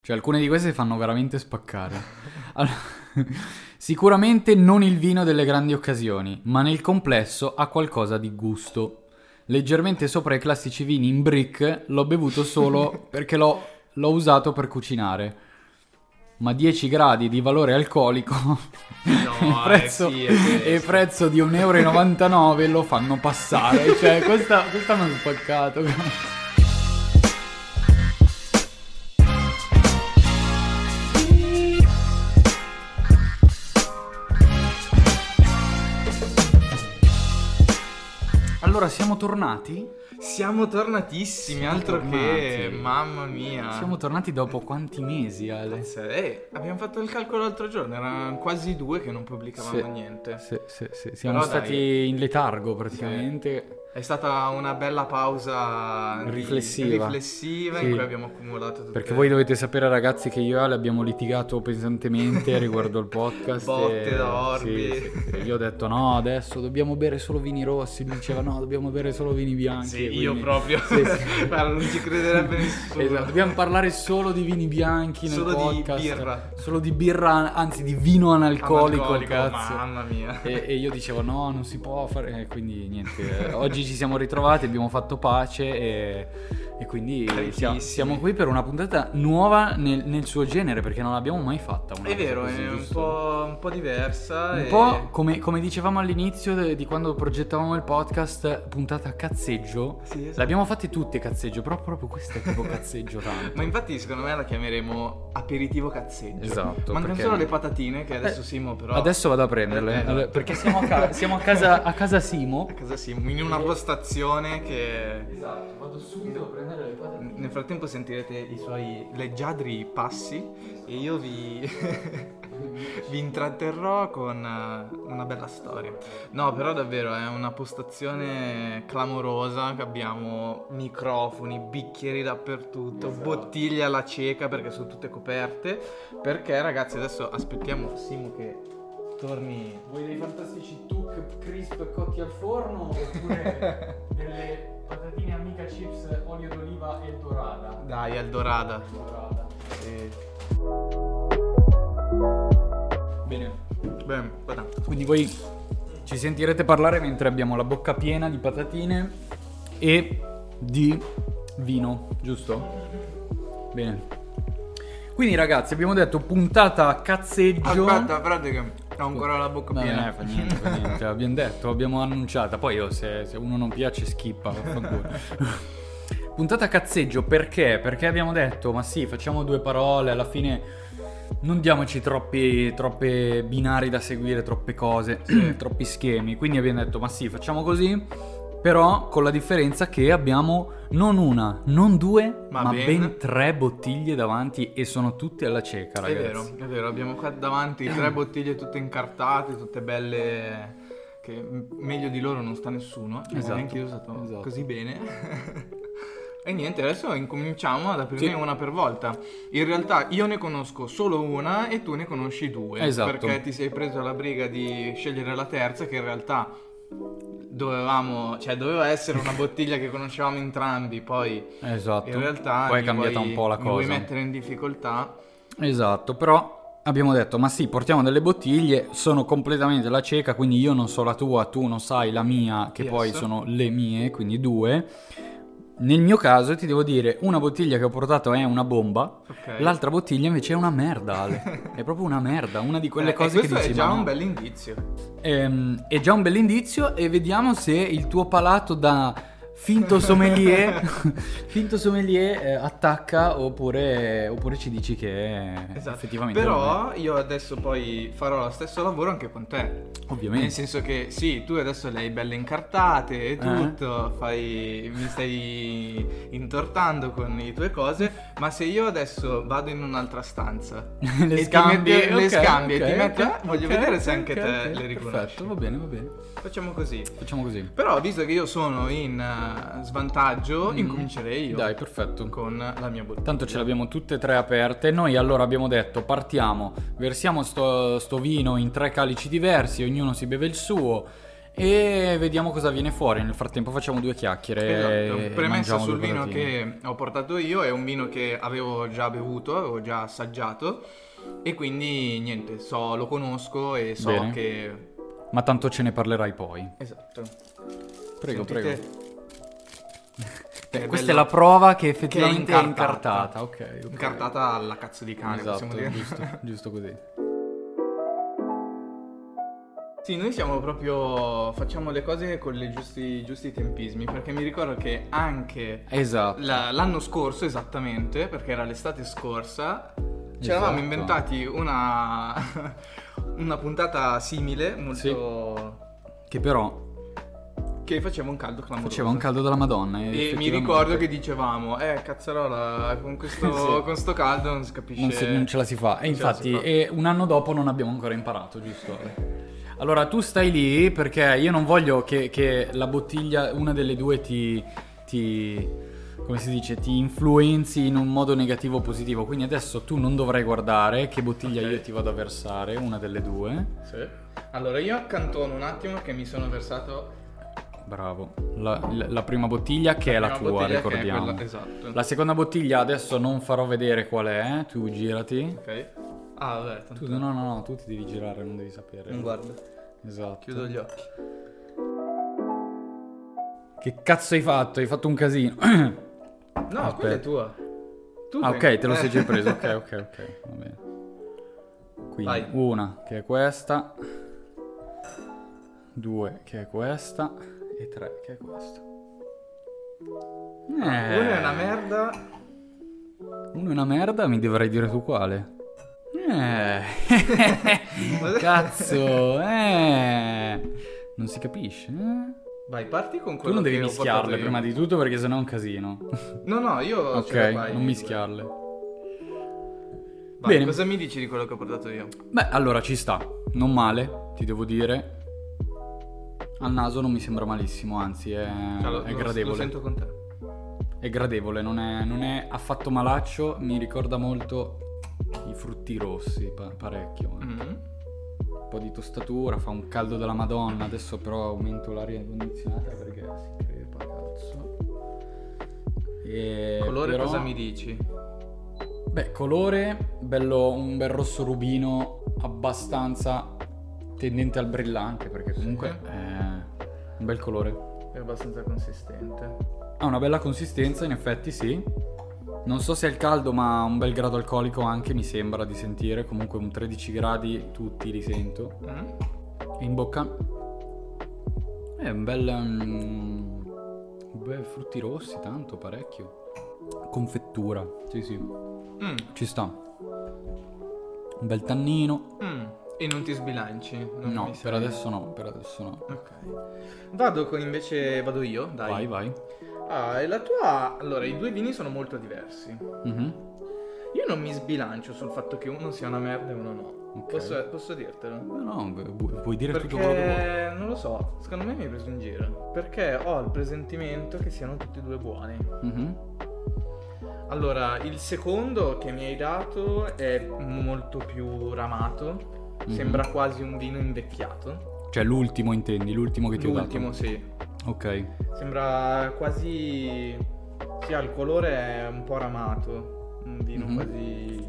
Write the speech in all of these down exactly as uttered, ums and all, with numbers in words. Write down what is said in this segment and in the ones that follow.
Cioè, alcune di queste fanno veramente spaccare. Allora, sicuramente non il vino delle grandi occasioni, ma nel complesso ha qualcosa di gusto. Leggermente sopra i classici vini in brick, l'ho bevuto solo perché l'ho, l'ho usato per cucinare. Ma dieci gradi di valore alcolico No, e prezzo, eh sì, è e prezzo di un euro e novantanove lo fanno passare. Cioè, questa, questa mi ha spaccato. Allora, siamo tornati? Siamo tornatissimi, Siamo altro tornati. che, mamma mia. Siamo tornati dopo quanti mesi, Ale? Eh, abbiamo fatto il calcolo l'altro giorno, erano quasi due che non pubblicavamo Sì. niente. Sì, sì, sì. Siamo Però stati dai. in letargo praticamente. È stata una bella pausa di- Riflessiva. riflessiva Sì. in cui abbiamo accumulato tutte Perché voi dovete sapere, ragazzi, che io e Ale abbiamo litigato pesantemente riguardo al podcast. Botte e- d'orbi. Sì, sì, sì. Io ho detto no, adesso dobbiamo bere solo vini rossi. Lui diceva no, dobbiamo bere solo vini bianchi. Sì, e io quindi- proprio. Sì, sì. Guarda, non ci crederebbe nessuno. Esatto, dobbiamo parlare solo di vini bianchi nel Solo di podcast. birra. Solo di birra, anzi di vino analcolico, Analcolico, cazzo. mamma mia. E, e io dicevo no, non si può fare, e quindi niente. eh, Oggi ci siamo ritrovati, abbiamo fatto pace e, e quindi Carichissimi. siamo, siamo qui per una puntata nuova nel, nel suo genere, perché non l'abbiamo mai fatta. Una È cosa vero, così, è un giusto? po', un po' diversa. Un e- po' come, come dicevamo all'inizio de- di quando progettavamo il podcast, puntata a cazzeggio. Sì, esatto. L'abbiamo fatte tutte cazzeggio, però proprio questa è tipo cazzeggio tanto. Ma infatti secondo me la chiameremo aperitivo cazzeggio. Esatto, Mancano perché- solo le patatine che adesso Eh, Simo però... Adesso vado a prenderle, Eh, esatto. allora, perché siamo a, ca- siamo a casa, a casa Simo. A casa Simo, in una postazione che... Esatto, vado subito a prendere le patatine. Nel frattempo sentirete i suoi leggiadri passi e io vi, vi intratterrò con eh, una bella storia. No, però davvero è una postazione clamorosa, che abbiamo microfoni, bicchieri dappertutto, bottiglie alla cieca perché sono tutte coperte. Perché ragazzi adesso aspettiamo Simo che torni... Vuoi dei fantastici tuk crisp cotti al forno oppure delle patatine amica chips olio d'oliva e dorata? Dai, Eldorada. Dorata. Eh, Bene, beh, guarda. quindi voi ci sentirete parlare mentre abbiamo la bocca piena di patatine e di vino, giusto? Bene. Quindi ragazzi abbiamo detto puntata a cazzeggio. Aspetta, aspetta che ho ancora la bocca No, piena. no, fa niente, fa niente. Abbiamo detto, abbiamo annunciata. Poi io, se, se uno non piace schippa, vaffanculo. Puntata a cazzeggio perché? Perché abbiamo detto, ma sì, facciamo due parole, alla fine non diamoci troppi troppe binari da seguire, troppe cose, troppi schemi. Quindi abbiamo detto, ma sì, facciamo così, però con la differenza che abbiamo non una, non due, Ma ma, ben- ben... tre bottiglie davanti e sono tutte alla cieca, È ragazzi. vero, è vero, abbiamo qua davanti tre bottiglie tutte incartate, tutte belle, che m- meglio di loro non sta nessuno. Esatto, Neanche io ho usato esatto. così bene. E niente, adesso incominciamo ad aprirne Sì. una per volta. In realtà io ne conosco solo una e tu ne conosci due. Esatto. Perché ti sei preso la briga di scegliere la terza, che in realtà dovevamo, cioè doveva essere una bottiglia che conoscevamo entrambi, poi Esatto. in realtà poi è mi cambiata vuoi- un po' la mi vuoi cosa. mettere in difficoltà. Esatto, però abbiamo detto, ma sì, portiamo delle bottiglie, sono completamente la cieca, quindi io non so la tua, tu non sai la mia, che Yes. poi sono le mie, quindi due. Nel mio caso ti devo dire, una bottiglia che ho portato è una bomba, Ok. l'altra bottiglia invece è una merda, Ale. È proprio una merda, una di quelle Eh, cose e che questo dici, è già ma un no. bel indizio. Ehm, è già un bel indizio e vediamo se il tuo palato da finto sommelier finto sommelier eh, attacca oppure, oppure ci dici che è effettivamente non Però io adesso poi farò lo stesso lavoro anche con te. è. Ovviamente. Nel senso che sì, tu adesso le hai belle incartate Eh? e tutto, fai, mi stai intortando con le tue cose, ma se io adesso vado in un'altra stanza le e ti scambi, metti- le ok, scambi ok, e ti metti, ok, eh, voglio ok, vedere se ok, anche ok, te ok, le riconosci. Perfetto, va bene, va bene. Facciamo così. Facciamo così. Però visto che io sono in eh, svantaggio, Mm. incomincerei io Dai, perfetto. con la mia bottiglia. Tanto ce l'abbiamo tutte e tre aperte. Noi allora abbiamo detto partiamo, versiamo sto, sto vino in tre calici diversi, ognuno si beve il suo e vediamo cosa viene fuori. Nel frattempo facciamo due chiacchiere. Esatto. e Premessa mangiamo sul due vino patatine. che ho portato io, è un vino che avevo già bevuto, avevo già assaggiato e quindi niente, so, lo conosco e so Bene. che... Ma tanto ce ne parlerai poi. Esatto. Prego, Sentite prego. che Eh, questa bello- è la prova che che è effettivamente è incartata. Ok, ok. Incartata alla cazzo di cane, Esatto, possiamo dire. giusto, giusto così. Sì, noi siamo proprio... facciamo le cose con i giusti, giusti tempismi, perché mi ricordo che anche Esatto. la- l'anno scorso, esattamente, perché era l'estate scorsa, ci Esatto. eravamo inventati una, una puntata simile, molto... Che però che faceva un caldo clamoroso. faceva un caldo della Madonna. E, E mi effettivamente ricordo che dicevamo, eh, cazzarola, con questo, Sì. con sto caldo non si capisce... non, si- non ce la si fa. E non ce la infatti, si fa. e un anno dopo non abbiamo ancora imparato, giusto? Allora, tu stai lì perché io non voglio che, che la bottiglia, una delle due ti, ti, come si dice, ti influenzi in un modo negativo o positivo. Quindi adesso tu non dovrai guardare che bottiglia Ok. io ti vado a versare, una delle due. Sì. Allora, io accantono un attimo che mi sono versato... Bravo. La, la- la prima bottiglia che è la prima tua, bottiglia che è ricordiamo. quella- esatto. La seconda bottiglia adesso non farò vedere qual è, tu girati. Ok. Ah, vabbè, tanto... Tu, no, no, no, tu ti devi girare, non devi sapere. Non guardo. Esatto. Chiudo gli occhi. Che cazzo hai fatto? Hai fatto un casino. No, Aspetta. quella è tua. Tu Ah, sei- ok, te lo sei eh. già preso. Ok, ok, ok. Va bene. Quindi Vai. una che è questa, due che è questa e tre che è questa. Eh, Una è una merda. Uno è una merda, mi dovrai dire tu quale. Eh. Cazzo, eh. Non si capisce, eh? Vai, parti con quello Tu non devi che ho mischiarle portato io. prima di tutto perché sennò è un casino. No, no, io Ok, ce le fai. non mischiarle. Vai, Bene. cosa mi dici di quello che ho portato io? Beh, allora ci sta. Non male, ti devo dire. Al naso non mi sembra malissimo, anzi è, Cioè, lo, è lo- gradevole. Lo sento con te. È gradevole, non è, non è affatto malaccio. Mi ricorda molto i frutti rossi, pa- parecchio. eh. Mhm. Un po' di tostatura, fa un caldo della Madonna. Adesso però aumento l'aria condizionata perché si crepa, cazzo. E Colore però- cosa mi dici? Beh, colore, bello, un bel rosso rubino abbastanza tendente al brillante perché comunque Sì. è un bel colore. È abbastanza consistente. Ha una bella consistenza, in effetti sì. Non so se è il caldo, ma un bel grado alcolico anche mi sembra di sentire. Comunque un tredici gradi tutti li sento. Mm? E in bocca è un bel... um, beh, frutti rossi, tanto, parecchio. Confettura, sì sì, Mm. ci sta. Un bel tannino. Mm. E non ti sbilanci? Non No, mi per sei- adesso no, per adesso no. Ok. Vado con invece... Vado io, dai. Vai, vai. Ah, e la tua... Allora, i due vini sono molto diversi. Mhm. Io non mi sbilancio sul fatto che uno sia una merda e uno no. Ok. Posso, posso dirtelo? No, no, bu- puoi dire tutto quello che vuoi. Perché non lo so, secondo me mi hai preso in giro. Perché ho il presentimento che siano tutti e due buoni. Mhm. Allora, il secondo che mi hai dato è molto più ramato. Mhm. Sembra quasi un vino invecchiato. Cioè l'ultimo intendi, l'ultimo che ti ho dato. L'ultimo, sì. Ok. Sembra quasi... Sì, il colore è un po' ramato. Un vino Mhm. quasi...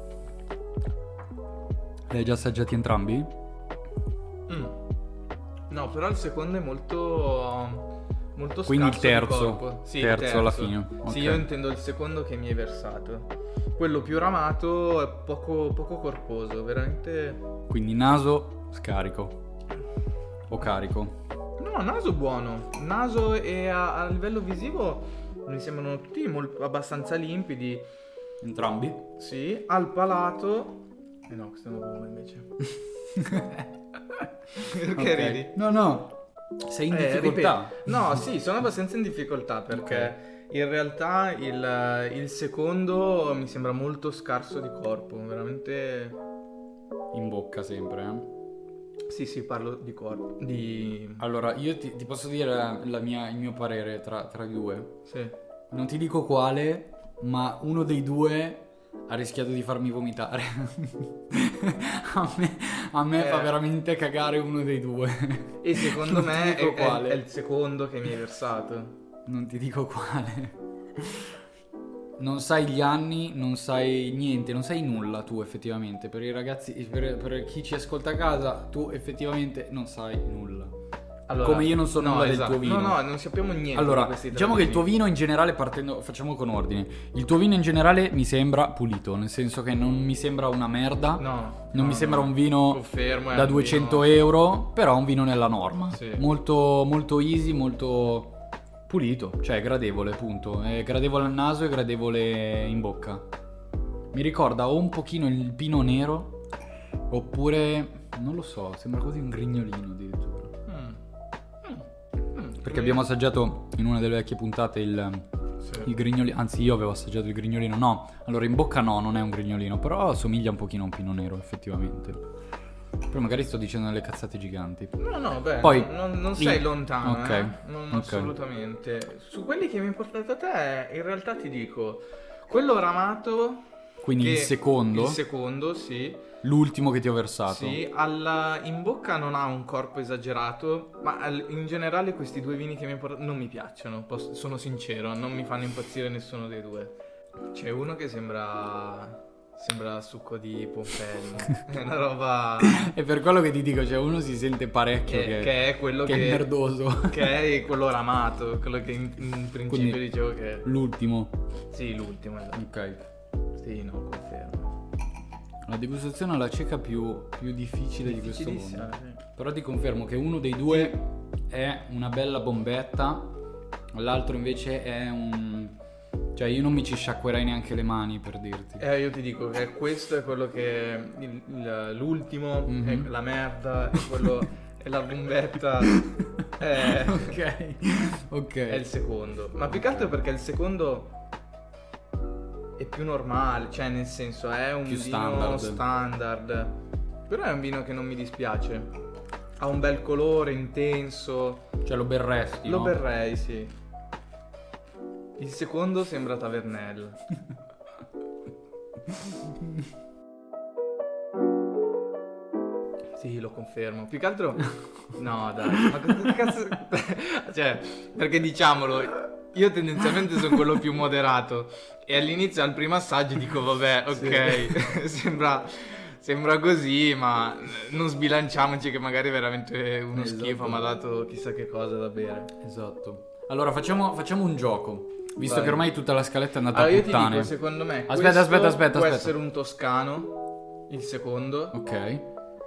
Li hai già assaggiati entrambi? Mm. No, però il secondo è molto... Molto Quindi il scarso di terzo. corpo. Sì, il Terzo alla fine. Sì, Ok. io intendo il secondo che mi hai versato. Quello più ramato è poco, poco corposo, veramente... Quindi naso scarico. O carico. No, naso buono. Naso e a, a livello visivo mi sembrano tutti molto, abbastanza limpidi. Entrambi? Sì, al palato... Eh no, questa è una bomba invece. Perché Ok. ridi? No, no. Sei in Eh, difficoltà. ripeto. No, sì, sono abbastanza in difficoltà perché in realtà il, il secondo mi sembra molto scarso di corpo, veramente... In bocca sempre, eh. Sì, sì, parlo di corpo, di... Allora, io ti, ti posso dire la mia- il mio parere tra, tra i due. Sì. Non ti dico quale, ma uno dei due ha rischiato di farmi vomitare. a me, a me Eh. fa veramente cagare uno dei due. E secondo Non ti me dico è, è- quale. è il secondo che mi hai versato. Non ti dico quale. Non sai gli anni, non sai niente, non sai nulla tu effettivamente. Per i ragazzi, per, per chi ci ascolta a casa, tu effettivamente non sai nulla. Allora, Come io non so no, nulla del esatto. tuo vino. No, no, non sappiamo niente Allora, di questi tre diciamo che il vini. tuo vino in generale, partendo, facciamo con ordine. Il tuo vino in generale mi sembra pulito, nel senso che non mi sembra una merda. No. Non no, mi sembra no. un vino Confermo, è da un duecento vino- euro, però un vino nella norma. Sì. Molto, molto easy, molto pulito, cioè gradevole, punto. È gradevole al naso e gradevole in bocca. Mi ricorda o un pochino il pino nero, oppure, non lo so, sembra quasi un grignolino addirittura. Mm. Mm. Perché abbiamo assaggiato in una delle vecchie puntate il, Sì. il grignolino, anzi io avevo assaggiato il grignolino, no, allora in bocca no, non è un grignolino, però somiglia un pochino a un pino nero effettivamente. Però magari sto dicendo delle cazzate giganti. No, no, beh, Poi- non, non sei i- lontano, ok, eh? Non ok. assolutamente. Su quelli che mi hai portato a te, in realtà ti dico, quello ramato... Quindi che- il secondo, Il secondo, sì. l'ultimo che ti ho versato. Sì, alla- in bocca non ha un corpo esagerato, ma al- in generale questi due vini che mi hai portato non mi piacciono, posso- sono sincero, non mi fanno impazzire nessuno dei due. C'è uno che sembra... sembra succo di pompelmo, è una roba... È per quello che ti dico, cioè uno si sente parecchio Che, che, che è quello che che, è merdoso. che è quello ramato, quello che in, in principio Quindi- dicevo che... L'ultimo. Sì, l'ultimo, esatto. Ok. Sì, no, confermo. La degustazione alla cieca più, più difficile di questo Difficilissima, mondo. sì. Però ti confermo che uno dei due è una bella bombetta, l'altro invece è un... Cioè io non mi ci sciacquerei neanche le mani, per dirti. Eh, io ti dico che questo è quello che... il- il- l'ultimo Mhm. è la merda, è quello... è la bombetta, è, Ok, ok. è il secondo. Ma più che altro perché il secondo... è più normale, cioè nel senso è un Più vino standard. standard. Però è un vino che non mi dispiace. Ha un bel colore intenso. Cioè lo berresti, Lo no? berrei, sì. Il secondo sembra Tavernelle. Sì, lo confermo. Più che altro... No, dai. Ma che cazzo... Cioè, perché diciamolo, io tendenzialmente sono quello più moderato. E all'inizio, al primo assaggio, dico, vabbè, ok, sembra... Sembra così, ma non sbilanciamoci che magari è veramente uno Esatto. schifo, mi ha dato chissà che cosa da bere. Esatto. Allora facciamo, facciamo un gioco. Visto Vai. che ormai tutta la scaletta è andata Allora a io ti puttane. dico, secondo me Aspetta, questo aspetta, aspetta, può aspetta. essere un toscano, il secondo. Ok.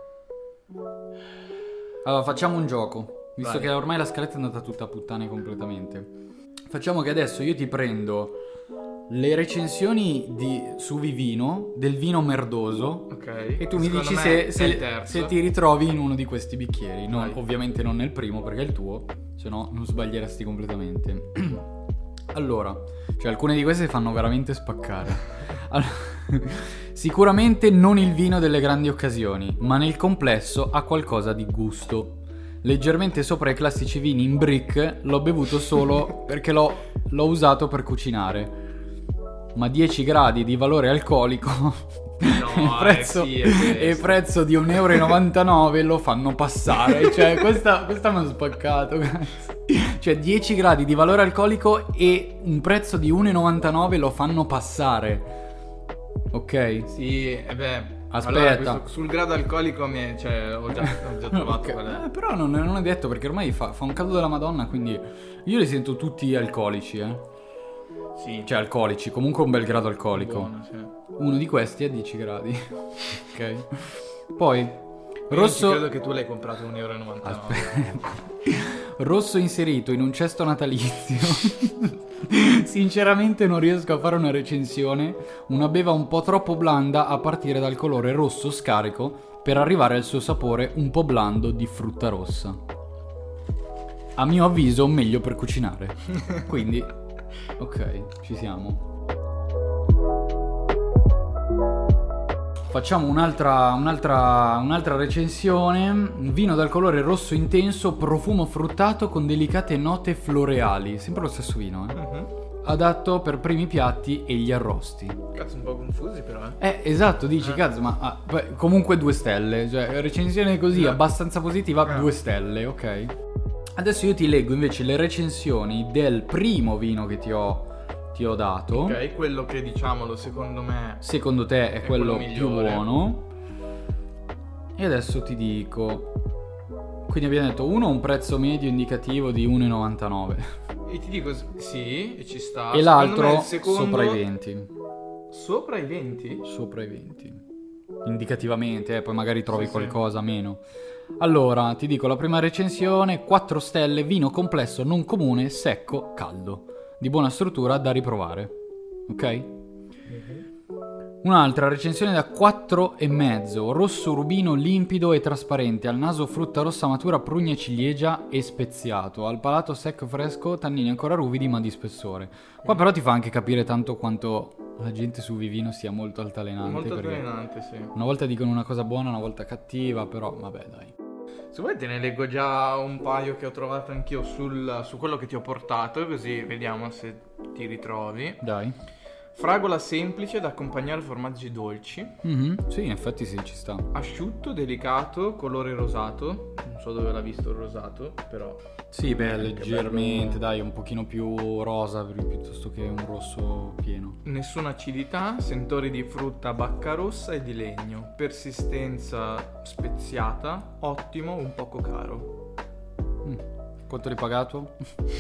Allora facciamo un gioco. Visto Vai. che ormai la scaletta è andata tutta a puttane completamente. Facciamo che adesso io ti prendo le recensioni di, su Vivino del vino merdoso. Ok. E tu mi Secondo dici me se, è se- il terzo. se ti ritrovi in uno di questi bicchieri. Non- Vai. ovviamente non nel primo perché è il tuo, se no non sbaglieresti completamente. Allora, cioè alcune di queste fanno veramente spaccare. Allora, sicuramente non il vino delle grandi occasioni, ma nel complesso ha qualcosa di gusto. Leggermente sopra i classici vini in brick, l'ho bevuto solo perché l'ho, l'ho usato per cucinare. Ma dieci gradi di valore alcolico No, e prezzo, eh sì, è questo. e prezzo di un euro e novantanove lo fanno passare. Cioè questa, questa mi ha spaccato, cazzo. Cioè dieci gradi di valore alcolico e un prezzo di uno e novantanove lo fanno passare. Ok? Sì, e beh. Aspetta. Allora, questo- sul grado alcolico mi è- cioè, ho già, ho già trovato Ok. qual è. Eh, però non, non è detto perché ormai fa, fa un caldo della Madonna, quindi io li sento tutti alcolici, eh. Sì, Cioè alcolici, comunque un bel grado alcolico. buono, sì. Uno di questi è a dieci gradi. Ok. Poi Io rosso non ci credo che tu l'hai comprato a un euro e novantanove. rosso inserito in un cesto natalizio. Sinceramente non riesco a fare una recensione. Una beva un po' troppo blanda a partire dal colore rosso scarico per arrivare al suo sapore un po' blando di frutta rossa. A mio avviso meglio per cucinare. Quindi ok, ci siamo. Facciamo un'altra, un'altra, un'altra recensione. Un vino dal colore rosso intenso, profumo fruttato con delicate note floreali. Sempre lo stesso vino, eh? Mhm. adatto per primi piatti e gli arrosti. Cazzo, un po' confusi però, eh. Eh, esatto, dici, Eh. cazzo, ma ah, beh, comunque due stelle, cioè recensione così, Eh. abbastanza positiva, Eh. due stelle, ok? Adesso io ti leggo invece le recensioni del primo vino che ti ho, ti ho dato. Ok, quello che diciamolo secondo me Secondo te è, È quello, quello più migliore. buono. E adesso ti dico. Quindi abbiamo detto uno un prezzo medio indicativo di uno virgola novantanove E ti dico s- sì, e ci sta. e Secondo me l'altro il secondo... sopra i venti. Sopra i venti? Sopra i venti. Indicativamente, eh, poi magari trovi Sì, qualcosa meno. Allora, ti dico la prima recensione, quattro stelle, vino complesso non comune, secco, caldo. Di buona struttura, da riprovare. Ok? Un'altra recensione da quattro e mezzo, rosso rubino limpido e trasparente, al naso frutta rossa matura, prugna ciliegia e speziato, al palato secco fresco, tannini ancora ruvidi ma di spessore. Qua però ti fa anche capire tanto quanto la gente su Vivino sia molto altalenante. Molto perché altalenante, sì. una volta dicono una cosa buona, una volta cattiva, però vabbè dai. Se vuoi te ne leggo già un paio che ho trovato anch'io sul, su quello che ti ho portato, così vediamo se ti ritrovi. Dai. Fragola semplice da accompagnare formaggi dolci. Mhm, sì, in effetti sì, ci sta. Asciutto, delicato, colore rosato. Non so dove l'ha visto il rosato, però... Sì, beh, Che leggermente, bello. dai, un pochino più rosa pi- piuttosto che un rosso pieno. Nessuna acidità, sentori di frutta bacca rossa e di legno. Persistenza speziata, ottimo, un poco caro. Mm. Quanto l'hai pagato?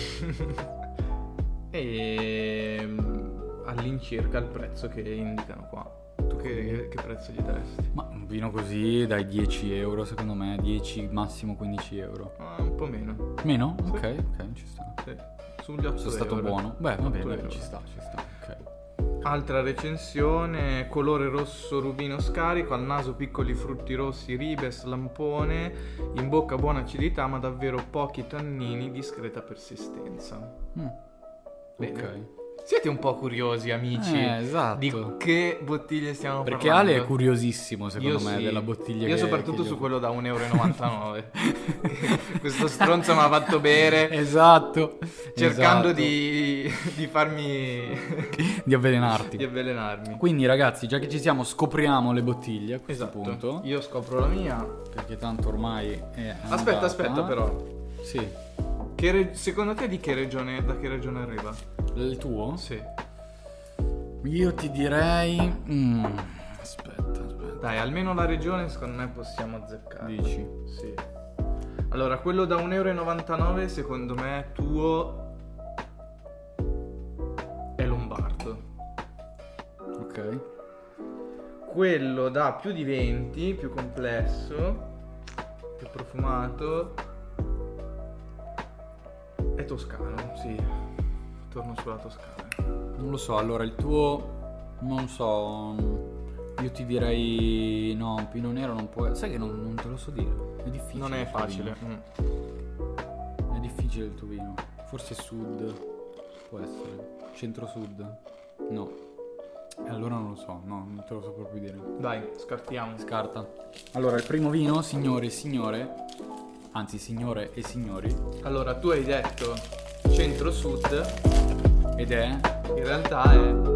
E all'incirca il prezzo che indicano qua. Tu che, che prezzo gli daresti? Ma un vino così dai dieci euro secondo me, dieci massimo quindici euro. Ah, un po' meno. Meno? Sì. Ok, ok, ci sta. Sì. Sugli otto Sono stato euro. buono. Beh, va otto bene, euro. ci sta, ci sta, ok. Altra recensione, colore rosso rubino scarico, al naso piccoli frutti rossi, ribes, lampone, in bocca buona acidità ma davvero pochi tannini, discreta persistenza. Mm. Bene. Ok. Siete un po' curiosi, amici, Eh, esatto. di che bottiglie stiamo Perché parlando? Ale è curiosissimo secondo Io me sì. della bottiglia Io che soprattutto che gli su ho- quello da uno virgola novantanove euro. Questo stronzo mi ha fatto bere Esatto. cercando esatto. di, di farmi... di avvelenarti. di avvelenarmi. Quindi ragazzi, già che ci siamo, scopriamo le bottiglie a questo Esatto. punto. Io scopro la mia. Perché tanto ormai è Aspetta, andata. aspetta però. Sì. Che re- secondo te di che regione, da che regione arriva? Il tuo? Sì. Io ti direi... mm, aspetta, aspetta. Dai, almeno la regione secondo me possiamo azzeccare. Dici? Sì. Allora, quello da uno virgola novantanove euro secondo me tuo è lombardo. Ok. Quello da più di venti, più complesso, più profumato, è toscano, sì. Torno sulla Toscana. Non lo so, allora il tuo... Non so... Io ti direi... No, un pino nero non può... Sai che non, non te lo so dire. È difficile. Non è il tuo facile. vino. Mm. È difficile il tuo vino. Forse sud. Può essere. Centro-sud. No. E allora non lo so. No, non te lo so proprio dire. Dai, scartiamo. Scarta. Allora, il primo vino, signore e signore... Anzi, signore e signori. Allora, tu hai detto centro-sud, Ed è... in realtà è